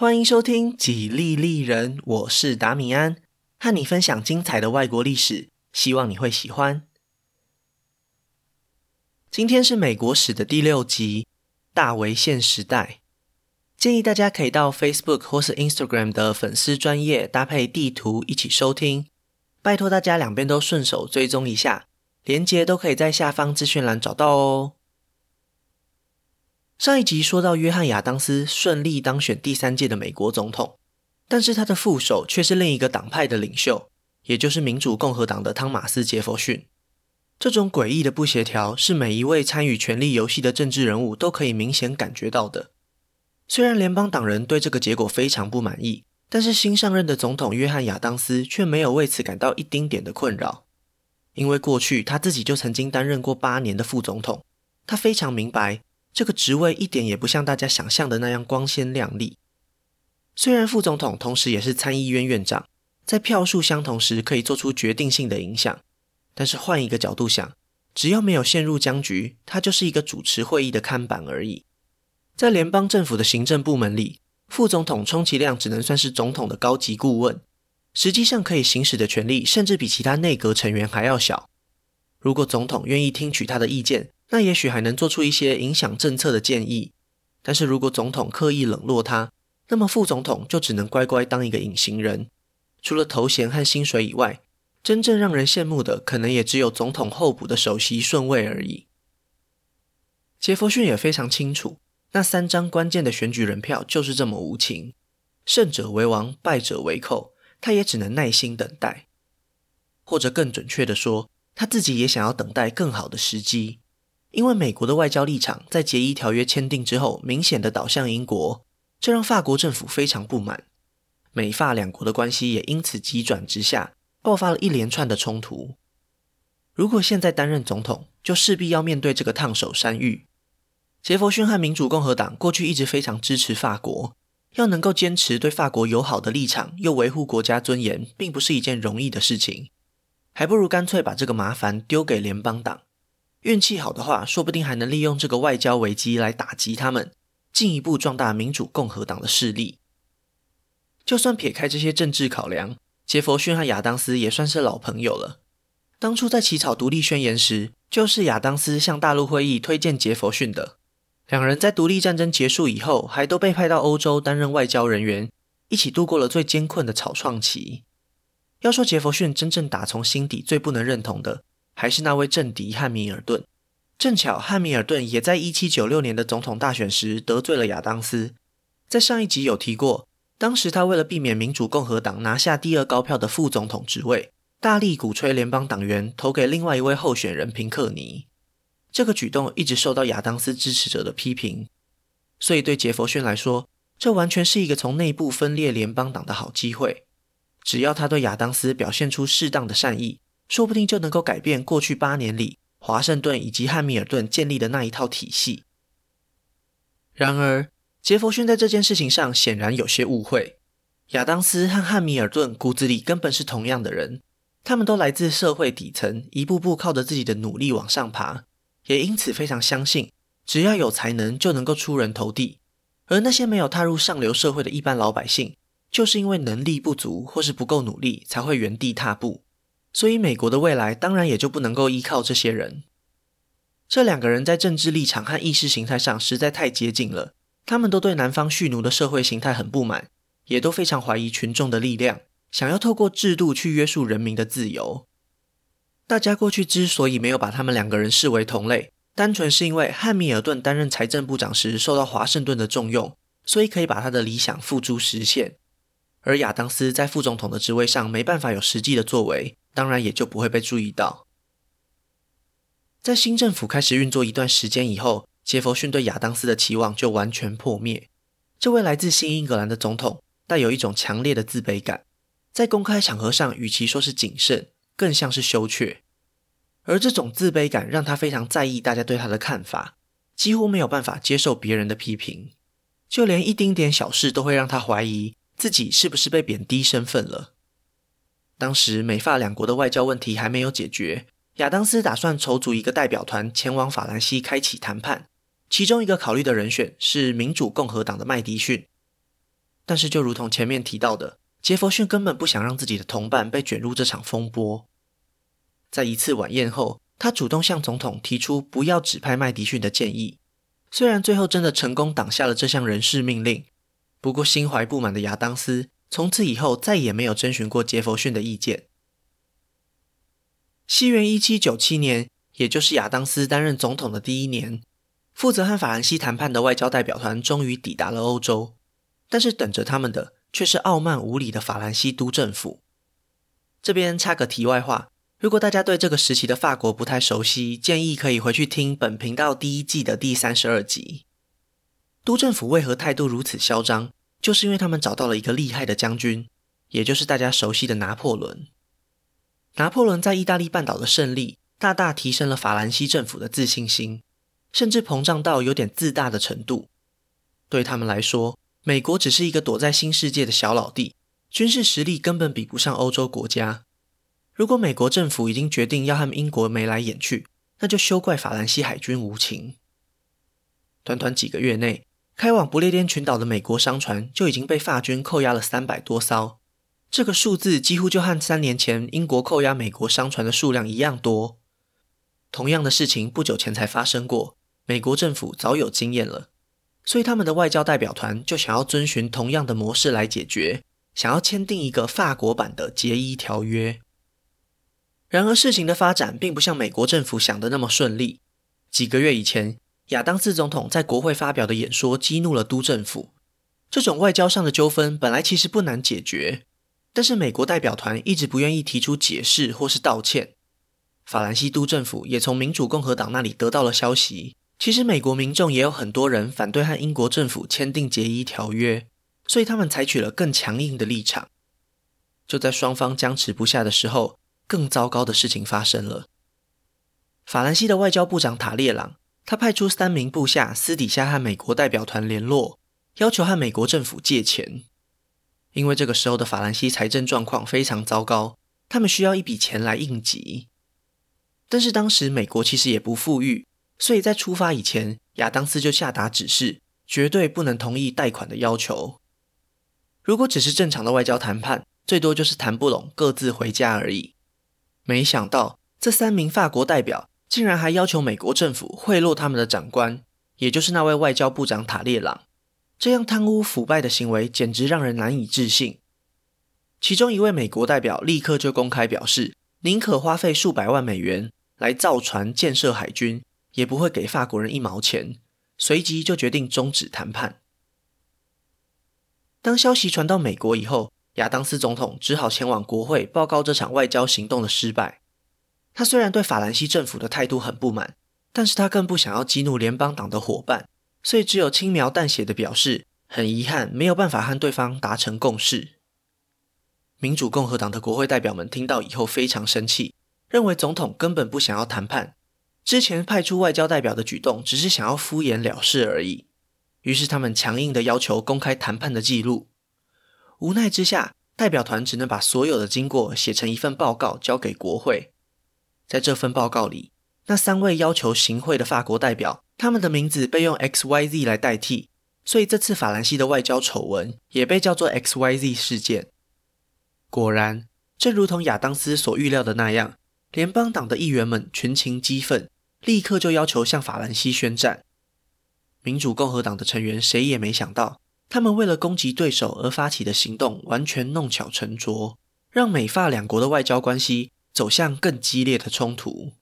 欢迎收听几利利人，我是达米安，和你分享精彩的外国历史，希望你会喜欢。今天是美国史的第6集，大违宪时代。建议大家可以到 Facebook 或是 Instagram 的粉丝专页搭配地图一起收听，拜托大家两边都顺手追踪一下，连结都可以在下方资讯栏找到哦。上一集说到约翰·亚当斯顺利当选第3届的美国总统，但是他的副手却是另一个党派的领袖，也就是民主共和党的汤马斯·杰佛逊。这种诡异的不协调是每一位参与权力游戏的政治人物都可以明显感觉到的。虽然联邦党人对这个结果非常不满意，但是新上任的总统约翰·亚当斯却没有为此感到一丁点的困扰，因为过去他自己就曾经担任过8年的副总统，他非常明白这个职位一点也不像大家想象的那样光鲜亮丽。虽然副总统同时也是参议院院长，在票数相同时可以做出决定性的影响，但是换一个角度想，只要没有陷入僵局，他就是一个主持会议的看板而已。在联邦政府的行政部门里，副总统充其量只能算是总统的高级顾问，实际上可以行使的权力甚至比其他内阁成员还要小。如果总统愿意听取他的意见，那也许还能做出一些影响政策的建议，但是如果总统刻意冷落他，那么副总统就只能乖乖当一个隐形人。除了头衔和薪水以外，真正让人羡慕的可能也只有总统候补的首席顺位而已。杰佛逊也非常清楚，那3张关键的选举人票就是这么无情，胜者为王，败者为寇，他也只能耐心等待。或者更准确的说，他自己也想要等待更好的时机。因为美国的外交立场在解伊条约签订之后明显的倒向英国，这让法国政府非常不满，美法两国的关系也因此急转直下，爆发了一连串的冲突。如果现在担任总统，就势必要面对这个烫手山芋。杰佛逊和民主共和党过去一直非常支持法国，要能够坚持对法国友好的立场，又维护国家尊严，并不是一件容易的事情，还不如干脆把这个麻烦丢给联邦党。运气好的话，说不定还能利用这个外交危机来打击他们，进一步壮大民主共和党的势力。就算撇开这些政治考量，杰佛逊和亚当斯也算是老朋友了。当初在起草独立宣言时，就是亚当斯向大陆会议推荐杰佛逊的。两人在独立战争结束以后，还都被派到欧洲担任外交人员，一起度过了最艰困的草创期。要说杰佛逊真正打从心底最不能认同的，还是那位政敌汉密尔顿。正巧汉密尔顿也在1796年的总统大选时得罪了亚当斯。在上一集有提过，当时他为了避免民主共和党拿下第2高票的副总统职位，大力鼓吹联邦党员投给另外一位候选人平克尼。这个举动一直受到亚当斯支持者的批评，所以对杰佛逊来说，这完全是一个从内部分裂联邦党的好机会。只要他对亚当斯表现出适当的善意，说不定就能够改变过去8年里华盛顿以及汉密尔顿建立的那一套体系。然而，杰佛逊在这件事情上显然有些误会。亚当斯和汉密尔顿骨子里根本是同样的人，他们都来自社会底层，一步步靠着自己的努力往上爬，也因此非常相信，只要有才能就能够出人头地。而那些没有踏入上流社会的一般老百姓，就是因为能力不足或是不够努力，才会原地踏步。所以美国的未来当然也就不能够依靠这些人。这2个人在政治立场和意识形态上实在太接近了，他们都对南方蓄奴的社会形态很不满，也都非常怀疑群众的力量，想要透过制度去约束人民的自由。大家过去之所以没有把他们2个人视为同类，单纯是因为汉密尔顿担任财政部长时受到华盛顿的重用，所以可以把他的理想付诸实现。而亚当斯在副总统的职位上没办法有实际的作为，当然也就不会被注意到。在新政府开始运作一段时间以后，杰佛逊对亚当斯的期望就完全破灭。这位来自新英格兰的总统带有一种强烈的自卑感，在公开场合上与其说是谨慎，更像是羞怯。而这种自卑感让他非常在意大家对他的看法，几乎没有办法接受别人的批评，就连一丁点小事都会让他怀疑自己是不是被贬低身份了。当时美法两国的外交问题还没有解决，亚当斯打算筹组一个代表团前往法兰西开启谈判，其中一个考虑的人选是民主共和党的麦迪逊。 但是就如同前面提到的，杰佛逊根本不想让自己的同伴被卷入这场风波。在一次晚宴后，他主动向总统提出不要指派麦迪逊的建议，虽然最后真的成功挡下了这项人事命令，不过心怀不满的亚当斯从此以后再也没有征询过杰佛逊的意见。西元1797年，也就是亚当斯担任总统的第1年，负责和法兰西谈判的外交代表团终于抵达了欧洲，但是等着他们的却是傲慢无礼的法兰西督政府。这边插个题外话，如果大家对这个时期的法国不太熟悉，建议可以回去听本频道第1季的第32集。督政府为何态度如此嚣张，就是因为他们找到了一个厉害的将军，也就是大家熟悉的拿破仑。拿破仑在意大利半岛的胜利，大大提升了法兰西政府的自信心，甚至膨胀到有点自大的程度。对他们来说，美国只是一个躲在新世界的小老弟，军事实力根本比不上欧洲国家。如果美国政府已经决定要和英国眉来眼去，那就休怪法兰西海军无情。短短几个月内，开往不列颠群岛的美国商船就已经被法军扣押了300多艘，这个数字几乎就和3年前英国扣押美国商船的数量一样多。同样的事情不久前才发生过，美国政府早有经验了，所以他们的外交代表团就想要遵循同样的模式来解决，想要签订一个法国版的结伊条约。然而事情的发展并不像美国政府想的那么顺利。几个月以前，亚当斯总统在国会发表的演说激怒了督政府。这种外交上的纠纷本来其实不难解决，但是美国代表团一直不愿意提出解释或是道歉。法兰西督政府也从民主共和党那里得到了消息，其实美国民众也有很多人反对和英国政府签订结伊条约，所以他们采取了更强硬的立场。就在双方僵持不下的时候，更糟糕的事情发生了。法兰西的外交部长塔列朗，他派出3名部下私底下和美国代表团联络，要求和美国政府借钱。因为这个时候的法兰西财政状况非常糟糕，他们需要一笔钱来应急。但是当时美国其实也不富裕，所以在出发以前，亚当斯就下达指示，绝对不能同意贷款的要求。如果只是正常的外交谈判，最多就是谈不拢，各自回家而已。没想到这3名法国代表竟然还要求美国政府贿赂他们的长官，也就是那位外交部长塔列朗。这样贪污腐败的行为简直让人难以置信。其中一位美国代表立刻就公开表示，宁可花费数百万美元来造船建设海军，也不会给法国人1毛钱，随即就决定终止谈判。当消息传到美国以后，亚当斯总统只好前往国会报告这场外交行动的失败。他虽然对法兰西政府的态度很不满，但是他更不想要激怒联邦党的伙伴，所以只有轻描淡写的表示，很遗憾没有办法和对方达成共识。民主共和党的国会代表们听到以后非常生气，认为总统根本不想要谈判，之前派出外交代表的举动只是想要敷衍了事而已。于是他们强硬的要求公开谈判的记录。无奈之下，代表团只能把所有的经过写成一份报告交给国会。在这份报告里，那3位要求行贿的法国代表，他们的名字被用 XYZ 来代替，所以这次法兰西的外交丑闻也被叫做 XYZ 事件。果然，正如同亚当斯所预料的那样，联邦党的议员们群情激愤，立刻就要求向法兰西宣战。民主共和党的成员谁也没想到，他们为了攻击对手而发起的行动完全弄巧成拙，让美法2国的外交关系走向更激烈的冲突。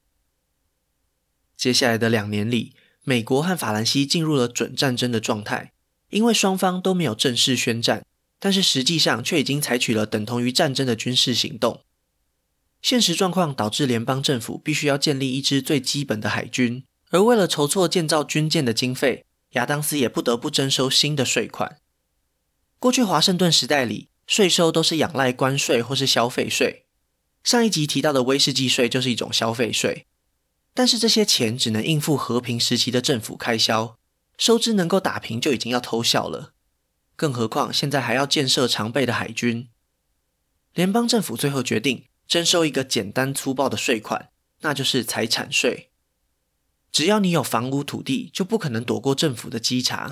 接下来的2年里，美国和法兰西进入了准战争的状态，因为双方都没有正式宣战，但是实际上却已经采取了等同于战争的军事行动。现实状况导致联邦政府必须要建立一支最基本的海军，而为了筹措建造军舰的经费，亚当斯也不得不征收新的税款。过去华盛顿时代里，税收都是仰赖关税或是消费税。上一集提到的威士忌税就是一种消费税，但是这些钱只能应付和平时期的政府开销，收支能够打平就已经要偷笑了。更何况现在还要建设常备的海军。联邦政府最后决定征收一个简单粗暴的税款，那就是财产税。只要你有房屋土地，就不可能躲过政府的稽查。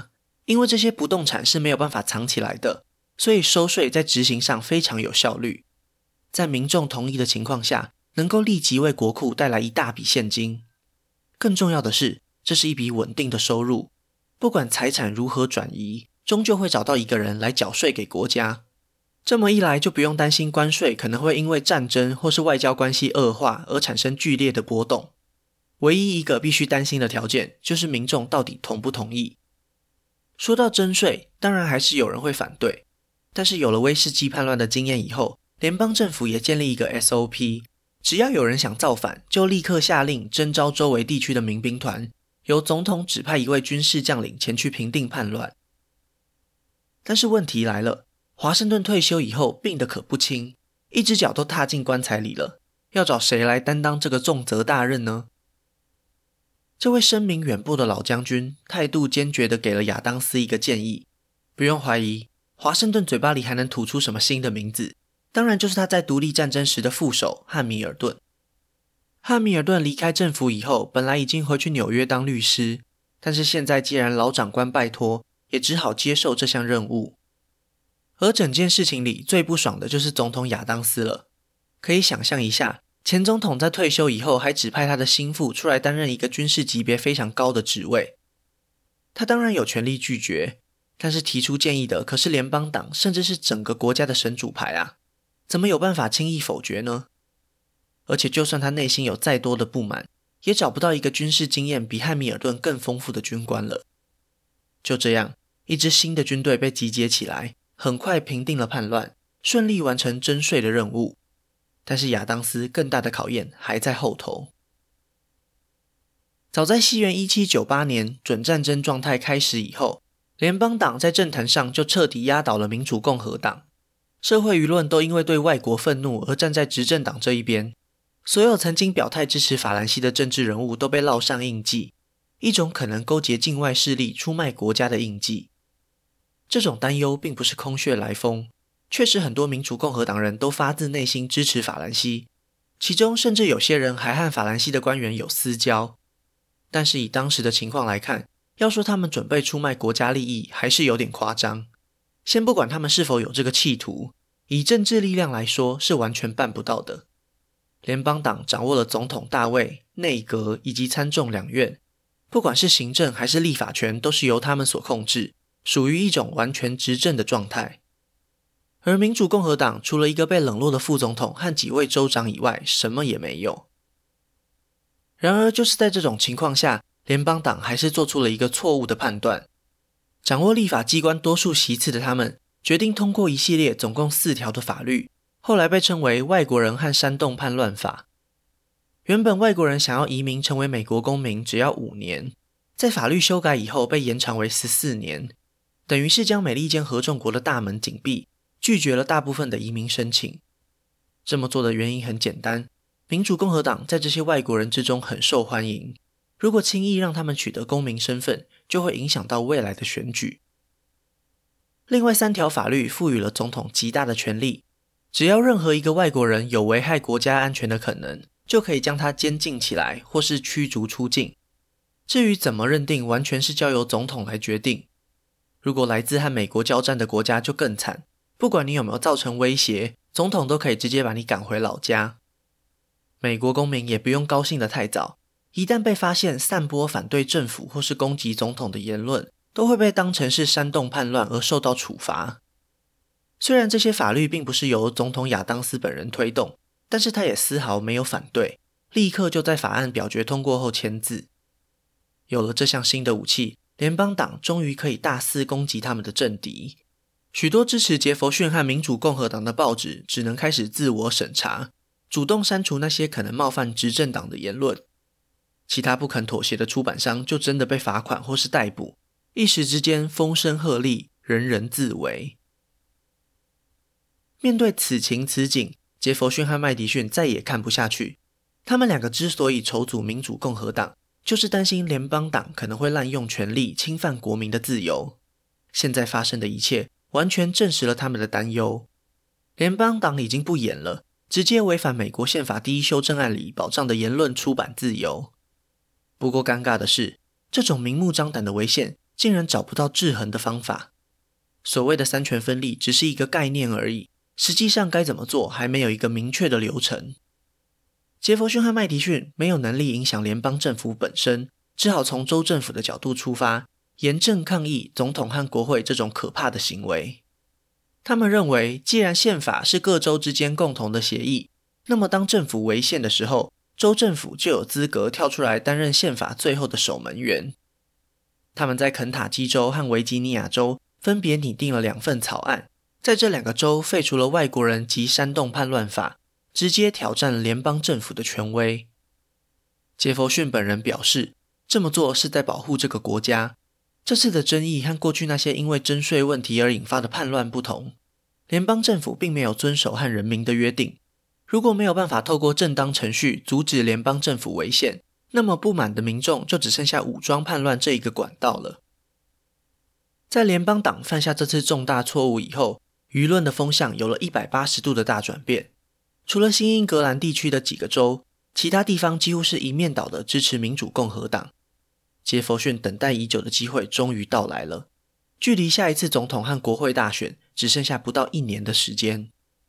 因为这些不动产是没有办法藏起来的，所以收税在执行上非常有效率。在民众同意的情况下，能够立即为国库带来一大笔现金。更重要的是，这是一笔稳定的收入，不管财产如何转移，终究会找到一个人来缴税给国家。这么一来，就不用担心关税可能会因为战争或是外交关系恶化而产生剧烈的波动。唯一一个必须担心的条件，就是民众到底同不同意。说到征税，当然还是有人会反对，但是有了威士忌叛乱的经验以后，联邦政府也建立一个 SOP， 只要有人想造反，就立刻下令征召周围地区的民兵团，由总统指派一位军事将领前去平定叛乱。但是问题来了，华盛顿退休以后病得可不轻，一只脚都踏进棺材里了，要找谁来担当这个重责大任呢？这位声名远播的老将军态度坚决地给了亚当斯一个建议。不用怀疑，华盛顿嘴巴里还能吐出什么新的名字，当然就是他在独立战争时的副手汉密尔顿。汉密尔顿离开政府以后，本来已经回去纽约当律师，但是现在既然老长官拜托，也只好接受这项任务。而整件事情里最不爽的就是总统亚当斯了。可以想象一下，前总统在退休以后还指派他的心腹出来担任一个军事级别非常高的职位。他当然有权利拒绝，但是提出建议的可是联邦党，甚至是整个国家的神主牌啊，怎么有办法轻易否决呢？而且就算他内心有再多的不满，也找不到一个军事经验比汉密尔顿更丰富的军官了。就这样，一支新的军队被集结起来，很快平定了叛乱，顺利完成征税的任务。但是亚当斯更大的考验还在后头。早在西元1798年准战争状态开始以后，联邦党在政坛上就彻底压倒了民主共和党，社会舆论都因为对外国愤怒而站在执政党这一边，所有曾经表态支持法兰西的政治人物都被烙上印记，一种可能勾结境外势力出卖国家的印记。这种担忧并不是空穴来风，确实很多民主共和党人都发自内心支持法兰西，其中甚至有些人还和法兰西的官员有私交。但是以当时的情况来看，要说他们准备出卖国家利益还是有点夸张。先不管他们是否有这个企图，以政治力量来说是完全办不到的。联邦党掌握了总统大位、内阁以及参众两院，不管是行政还是立法权都是由他们所控制，属于一种完全执政的状态。而民主共和党除了一个被冷落的副总统和几位州长以外，什么也没有。然而就是在这种情况下，联邦党还是做出了一个错误的判断。掌握立法机关多数席次的他们，决定通过一系列总共4条的法律，后来被称为外国人和煽动叛乱法。原本外国人想要移民成为美国公民只要5年，在法律修改以后被延长为14年，等于是将美利坚合众国的大门紧闭，拒绝了大部分的移民申请。这么做的原因很简单，民主共和党在这些外国人之中很受欢迎，如果轻易让他们取得公民身份，就会影响到未来的选举。另外3条法律赋予了总统极大的权力，只要任何一个外国人有危害国家安全的可能，就可以将他监禁起来或是驱逐出境。至于怎么认定，完全是交由总统来决定。如果来自和美国交战的国家就更惨，不管你有没有造成威胁，总统都可以直接把你赶回老家。美国公民也不用高兴得太早，一旦被发现散播反对政府或是攻击总统的言论，都会被当成是煽动叛乱而受到处罚。虽然这些法律并不是由总统亚当斯本人推动，但是他也丝毫没有反对，立刻就在法案表决通过后签字。有了这项新的武器，联邦党终于可以大肆攻击他们的政敌。许多支持杰佛逊和民主共和党的报纸只能开始自我审查，主动删除那些可能冒犯执政党的言论。其他不肯妥协的出版商就真的被罚款或是逮捕，一时之间风声鹤唳，人人自危。面对此情此景，杰佛逊和麦迪逊再也看不下去。他们两个之所以筹组民主共和党，就是担心联邦党可能会滥用权力，侵犯国民的自由。现在发生的一切完全证实了他们的担忧。联邦党已经不演了，直接违反美国宪法第1修正案里保障的言论出版自由。不过尴尬的是，这种明目张胆的违宪竟然找不到制衡的方法。所谓的三权分立只是一个概念而已，实际上该怎么做还没有一个明确的流程。杰佛逊和麦迪逊没有能力影响联邦政府本身，只好从州政府的角度出发，严正抗议总统和国会这种可怕的行为。他们认为，既然宪法是各州之间共同的协议，那么当政府违宪的时候，州政府就有资格跳出来担任宪法最后的守门员。他们在肯塔基州和维吉尼亚州分别拟定了2份草案，在这2个州废除了外国人及煽动叛乱法，直接挑战联邦政府的权威。杰佛逊本人表示，这么做是在保护这个国家。这次的争议和过去那些因为征税问题而引发的叛乱不同，联邦政府并没有遵守和人民的约定。如果没有办法透过正当程序阻止联邦政府违宪，那么不满的民众就只剩下武装叛乱这一个管道了。在联邦党犯下这次重大错误以后，舆论的风向有了180度的大转变。除了新英格兰地区的几个州，其他地方几乎是一面倒的支持民主共和党。杰佛逊等待已久的机会终于到来了，距离下一次总统和国会大选只剩下不到1年的时间。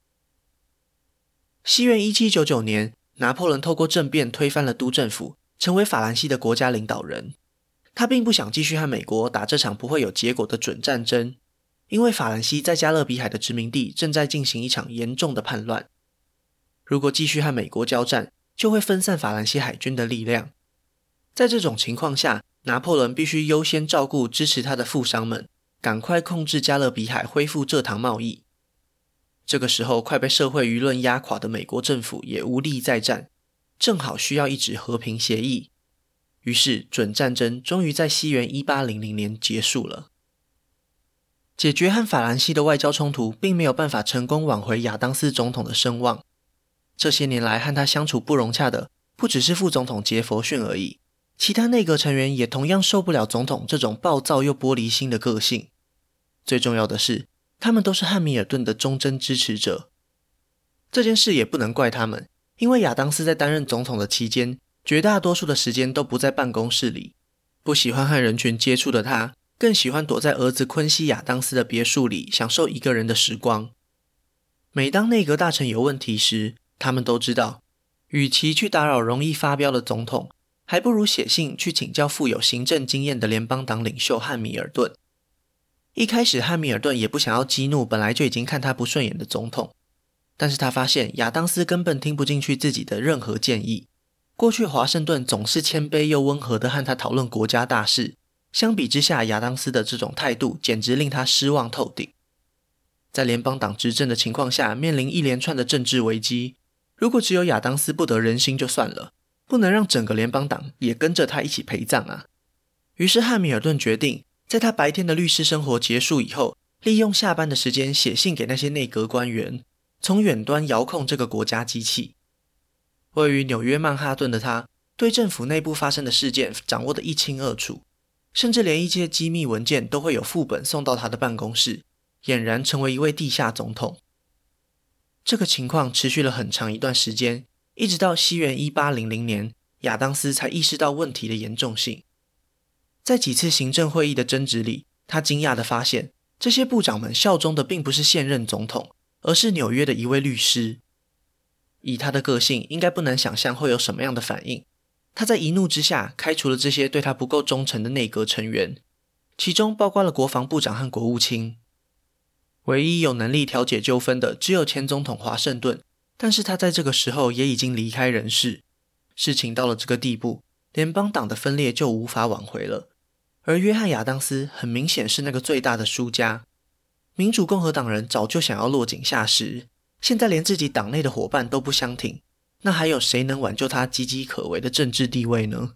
西元1799年，拿破仑透过政变推翻了督政府，成为法兰西的国家领导人。他并不想继续和美国打这场不会有结果的准战争，因为法兰西在加勒比海的殖民地正在进行一场严重的叛乱。如果继续和美国交战，就会分散法兰西海军的力量。在这种情况下，拿破仑必须优先照顾支持他的富商们，赶快控制加勒比海，恢复蔗糖贸易。这个时候，快被社会舆论压垮的美国政府也无力再战，正好需要一纸和平协议。于是，准战争终于在西元1800年结束了。解决和法兰西的外交冲突，并没有办法成功挽回亚当斯总统的声望。这些年来和他相处不融洽的，不只是副总统杰佛逊而已，其他内阁成员也同样受不了总统这种暴躁又玻璃心的个性。最重要的是，他们都是汉密尔顿的忠贞支持者。这件事也不能怪他们，因为亚当斯在担任总统的期间，绝大多数的时间都不在办公室里。不喜欢和人群接触的他，更喜欢躲在儿子昆西亚当斯的别墅里，享受一个人的时光。每当内阁大臣有问题时，他们都知道，与其去打扰容易发飙的总统，还不如写信去请教富有行政经验的联邦党领袖汉密尔顿。一开始汉密尔顿也不想要激怒本来就已经看他不顺眼的总统，但是他发现亚当斯根本听不进去自己的任何建议。过去华盛顿总是谦卑又温和地和他讨论国家大事，相比之下，亚当斯的这种态度简直令他失望透顶。在联邦党执政的情况下，面临一连串的政治危机，如果只有亚当斯不得人心就算了，不能让整个联邦党也跟着他一起陪葬啊。于是汉密尔顿决定，在他白天的律师生活结束以后，利用下班的时间写信给那些内阁官员，从远端遥控这个国家机器。位于纽约曼哈顿的他，对政府内部发生的事件掌握得一清二楚，甚至连一些机密文件都会有副本送到他的办公室，俨然成为一位地下总统。这个情况持续了很长一段时间，一直到西元1800年，亚当斯才意识到问题的严重性。在几次行政会议的争执里，他惊讶地发现，这些部长们效忠的并不是现任总统，而是纽约的一位律师。以他的个性，应该不难想象会有什么样的反应。他在一怒之下开除了这些对他不够忠诚的内阁成员，其中包括了国防部长和国务卿。唯一有能力调解纠纷的只有前总统华盛顿，但是他在这个时候也已经离开人世。事情到了这个地步，联邦党的分裂就无法挽回了。而约翰·亚当斯很明显是那个最大的输家。民主共和党人早就想要落井下石，现在连自己党内的伙伴都不相挺，那还有谁能挽救他岌岌可危的政治地位呢？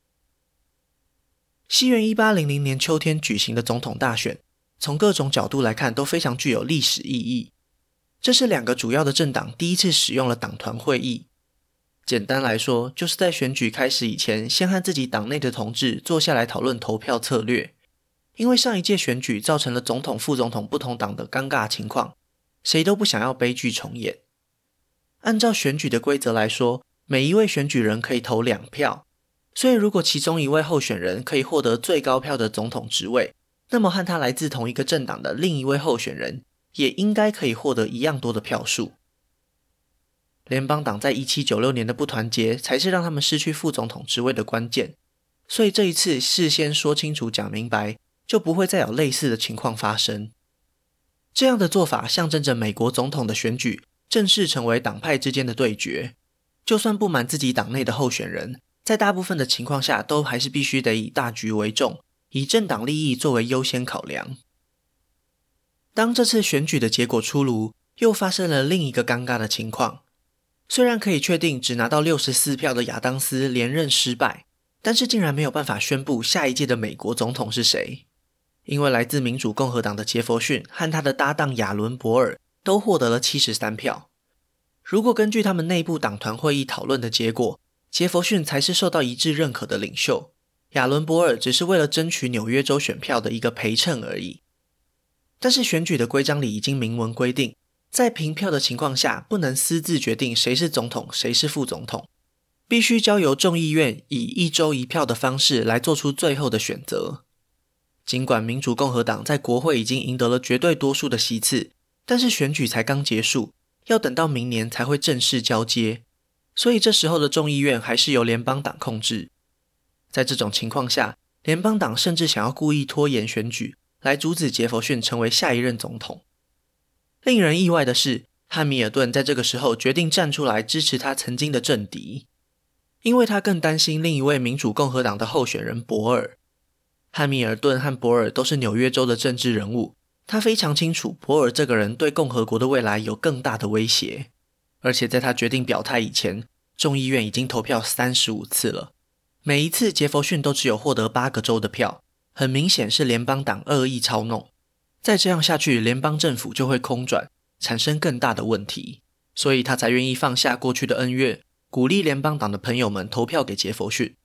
西元1800年秋天举行的总统大选，从各种角度来看都非常具有历史意义。这是2个主要的政党第一次使用了党团会议。简单来说，就是在选举开始以前，先和自己党内的同志坐下来讨论投票策略。因为上一届选举造成了总统、副总统不同党的尴尬情况，谁都不想要悲剧重演。按照选举的规则来说，每一位选举人可以投2票， 所以如果其中一位候选人可以获得最高票的总统职位，那么和他来自同一个政党的另一位候选人也应该可以获得一样多的票数。联邦党在1796年的不团结才是让他们失去副总统职位的关键，所以这一次事先说清楚讲明白，就不会再有类似的情况发生。这样的做法象征着美国总统的选举正式成为党派之间的对决，就算不满自己党内的候选人，在大部分的情况下都还是必须得以大局为重，以政党利益作为优先考量。当这次选举的结果出炉，又发生了另一个尴尬的情况。虽然可以确定只拿到64票的亚当斯连任失败，但是竟然没有办法宣布下一届的美国总统是谁。因为来自民主共和党的杰佛逊和他的搭档亚伦·博尔都获得了73票。如果根据他们内部党团会议讨论的结果，杰佛逊才是受到一致认可的领袖，亚伦·博尔只是为了争取纽约州选票的一个陪衬而已。但是选举的规章里已经明文规定，在平票的情况下不能私自决定谁是总统谁是副总统，必须交由众议院以一州一票的方式来做出最后的选择。尽管民主共和党在国会已经赢得了绝对多数的席次，但是选举才刚结束，要等到明年才会正式交接，所以这时候的众议院还是由联邦党控制。在这种情况下，联邦党甚至想要故意拖延选举，来阻止杰佛逊成为下一任总统。令人意外的是，汉密尔顿在这个时候决定站出来支持他曾经的政敌，因为他更担心另一位民主共和党的候选人博尔。汉密尔顿和博尔都是纽约州的政治人物，他非常清楚博尔这个人对共和国的未来有更大的威胁，而且在他决定表态以前，众议院已经投票35次了，每一次杰佛逊都只有获得8个州的票，很明显是联邦党恶意操弄。再这样下去，联邦政府就会空转，产生更大的问题，所以他才愿意放下过去的恩怨，鼓励联邦党的朋友们投票给杰佛逊。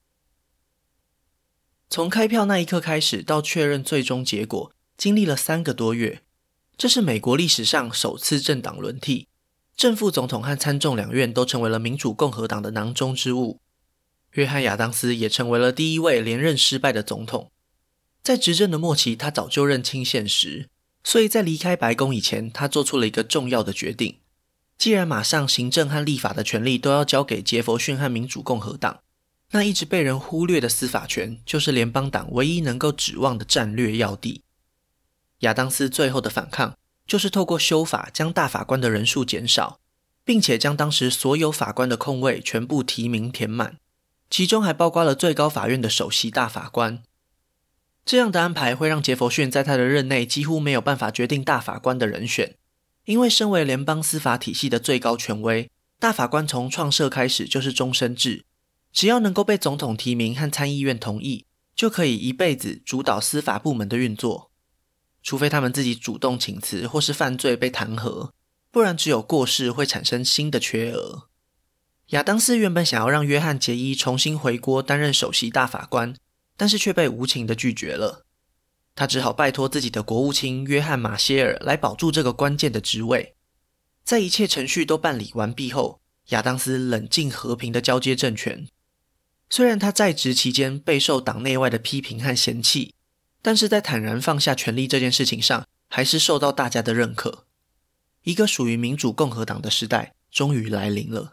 从开票那一刻开始到确认最终结果，经历了3个多月。这是美国历史上首次政党轮替，正副总统和参众两院都成为了民主共和党的囊中之物。约翰·亚当斯也成为了第一位连任失败的总统。在执政的末期，他早就认清现实，所以在离开白宫以前，他做出了一个重要的决定。既然马上行政和立法的权力都要交给杰佛逊和民主共和党，那一直被人忽略的司法权就是联邦党唯一能够指望的战略要地。亚当斯最后的反抗就是透过修法将大法官的人数减少，并且将当时所有法官的空位全部提名填满，其中还包括了最高法院的首席大法官。这样的安排会让杰佛逊在他的任内几乎没有办法决定大法官的人选，因为身为联邦司法体系的最高权威，大法官从创设开始就是终身制，只要能够被总统提名和参议院同意，就可以一辈子主导司法部门的运作。除非他们自己主动请辞或是犯罪被弹劾，不然只有过世会产生新的缺额。亚当斯原本想要让约翰·杰伊重新回国担任首席大法官，但是却被无情地拒绝了。他只好拜托自己的国务卿约翰·马歇尔来保住这个关键的职位。在一切程序都办理完毕后，亚当斯冷静和平地交接政权。虽然他在职期间备受党内外的批评和嫌弃，但是在坦然放下权力这件事情上，还是受到大家的认可。一个属于民主共和党的时代终于来临了。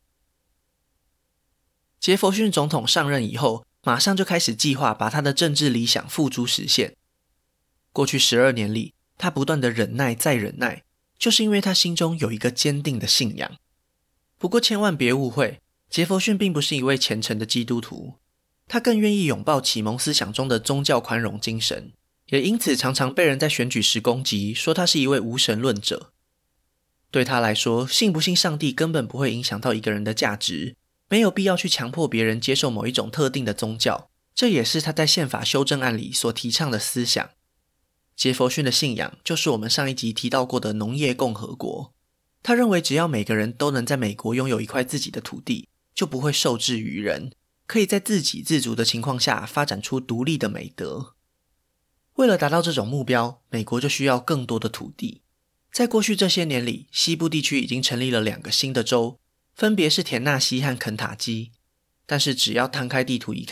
杰佛逊总统上任以后，马上就开始计划把他的政治理想付诸实现。过去12年里，他不断的忍耐再忍耐，就是因为他心中有一个坚定的信仰。不过千万别误会，杰佛逊并不是一位虔诚的基督徒，他更愿意拥抱启蒙思想中的宗教宽容精神，也因此常常被人在选举时攻击，说他是一位无神论者。对他来说，信不信上帝根本不会影响到一个人的价值，没有必要去强迫别人接受某一种特定的宗教，这也是他在宪法修正案里所提倡的思想。杰佛逊的信仰就是我们上一集提到过的农业共和国。他认为只要每个人都能在美国拥有一块自己的土地，就不会受制于人，可以在自给自足的情况下发展出独立的美德。为了达到这种目标，美国就需要更多的土地。在过去这些年里，西部地区已经成立了2个新的州，分别是田纳西和肯塔基。但是只要摊开地图一看，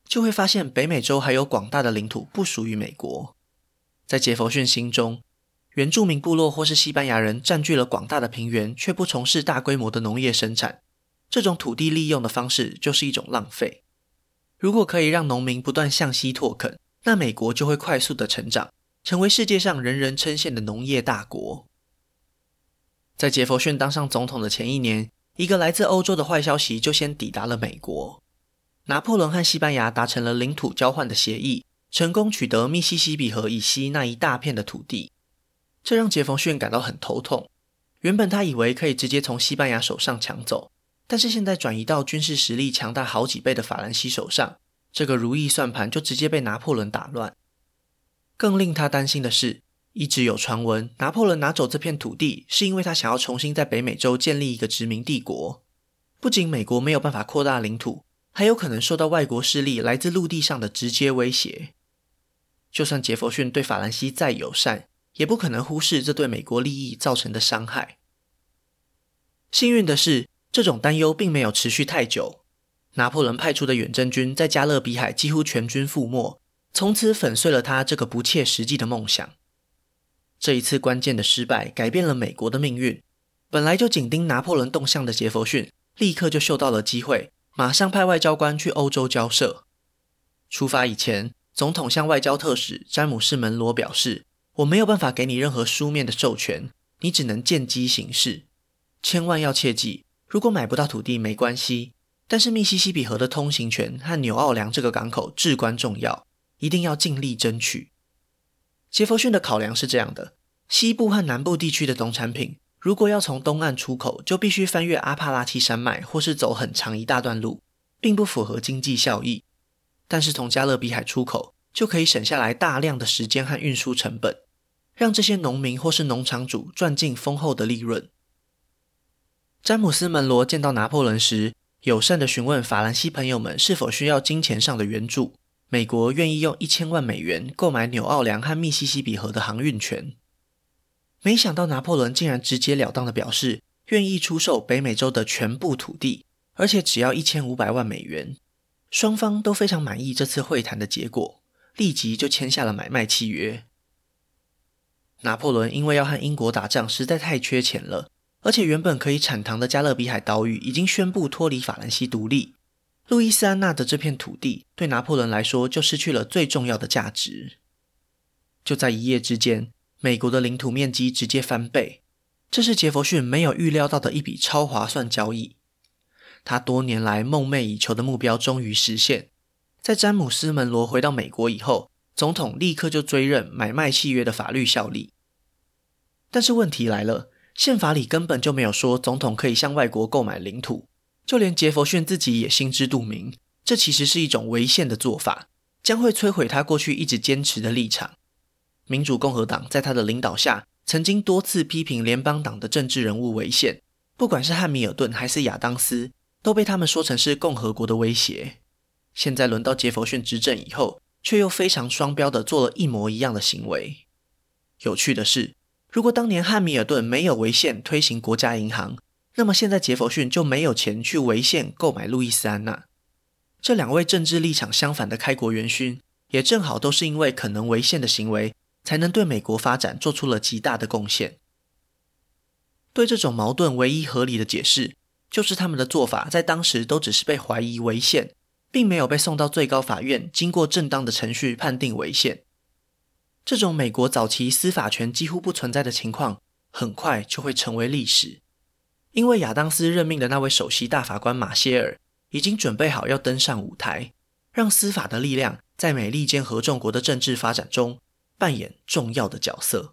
就会发现北美洲还有广大的领土不属于美国。在杰佛逊心中，原住民部落或是西班牙人占据了广大的平原，却不从事大规模的农业生产，这种土地利用的方式就是一种浪费。如果可以让农民不断向西拓垦，那美国就会快速的成长，成为世界上人人称羡的农业大国。在杰佛逊当上总统的前一年，一个来自欧洲的坏消息就先抵达了美国。拿破仑和西班牙达成了领土交换的协议，成功取得密西西比河以西那一大片的土地。这让杰佛逊感到很头痛。原本他以为可以直接从西班牙手上抢走，但是现在转移到军事实力强大好几倍的法兰西手上，这个如意算盘就直接被拿破仑打乱。更令他担心的是，一直有传闻拿破仑拿走这片土地是因为他想要重新在北美洲建立一个殖民帝国。不仅美国没有办法扩大领土，还有可能受到外国势力来自陆地上的直接威胁。就算杰佛逊对法兰西再友善，也不可能忽视这对美国利益造成的伤害。幸运的是，这种担忧并没有持续太久。拿破仑派出的远征军在加勒比海几乎全军覆没，从此粉碎了他这个不切实际的梦想。这一次关键的失败改变了美国的命运。本来就紧盯拿破仑动向的杰佛逊，立刻就嗅到了机会，马上派外交官去欧洲交涉。出发以前，总统向外交特使詹姆士·门罗表示，我没有办法给你任何书面的授权，你只能见机行事。千万要切记，如果买不到土地没关系，但是密西西比河的通行权和纽奥良这个港口至关重要，一定要尽力争取。杰佛逊的考量是这样的，西部和南部地区的农产品如果要从东岸出口，就必须翻越阿帕拉契山脉或是走很长一大段路，并不符合经济效益。但是从加勒比海出口，就可以省下来大量的时间和运输成本，让这些农民或是农场主赚进丰厚的利润。詹姆斯·门罗见到拿破仑时，友善地询问法兰西朋友们是否需要金钱上的援助。美国愿意用1000万美元购买纽奥良和密西西比河的航运权。没想到拿破仑竟然直截了当地表示愿意出售北美洲的全部土地，而且只要1500万美元。双方都非常满意这次会谈的结果，立即就签下了买卖契约。拿破仑因为要和英国打仗实在太缺钱了，而且原本可以产糖的加勒比海岛屿已经宣布脱离法兰西独立，路易斯安那的这片土地对拿破仑来说就失去了最重要的价值。就在一夜之间，美国的领土面积直接翻倍，这是杰佛逊没有预料到的一笔超划算交易。他多年来梦寐以求的目标终于实现。在詹姆斯·门罗回到美国以后，总统立刻就追认买卖契约的法律效力。但是问题来了，宪法里根本就没有说总统可以向外国购买领土，就连杰佛逊自己也心知肚明，这其实是一种违宪的做法，将会摧毁他过去一直坚持的立场。民主共和党在他的领导下，曾经多次批评联邦党的政治人物违宪，不管是汉密尔顿还是亚当斯，都被他们说成是共和国的威胁。现在轮到杰佛逊执政以后，却又非常双标的做了一模一样的行为。有趣的是，如果当年汉密尔顿没有违宪推行国家银行，那么现在杰佛逊就没有钱去违宪购买路易斯安那。这两位政治立场相反的开国元勋，也正好都是因为可能违宪的行为，才能对美国发展做出了极大的贡献。对这种矛盾唯一合理的解释，就是他们的做法在当时都只是被怀疑违宪，并没有被送到最高法院经过正当的程序判定违宪。这种美国早期司法权几乎不存在的情况，很快就会成为历史。因为亚当斯任命的那位首席大法官马歇尔已经准备好要登上舞台，让司法的力量在美利坚合众国的政治发展中扮演重要的角色。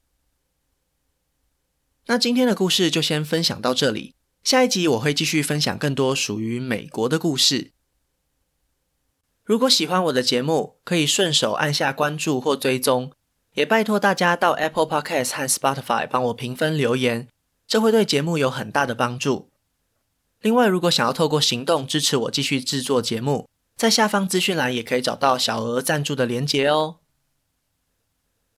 那今天的故事就先分享到这里，下一集我会继续分享更多属于美国的故事。如果喜欢我的节目，可以顺手按下关注或追踪，也拜托大家到 Apple Podcast 和 Spotify 帮我评分留言，这会对节目有很大的帮助。另外，如果想要透过行动支持我继续制作节目，在下方资讯栏也可以找到小额赞助的连结哦。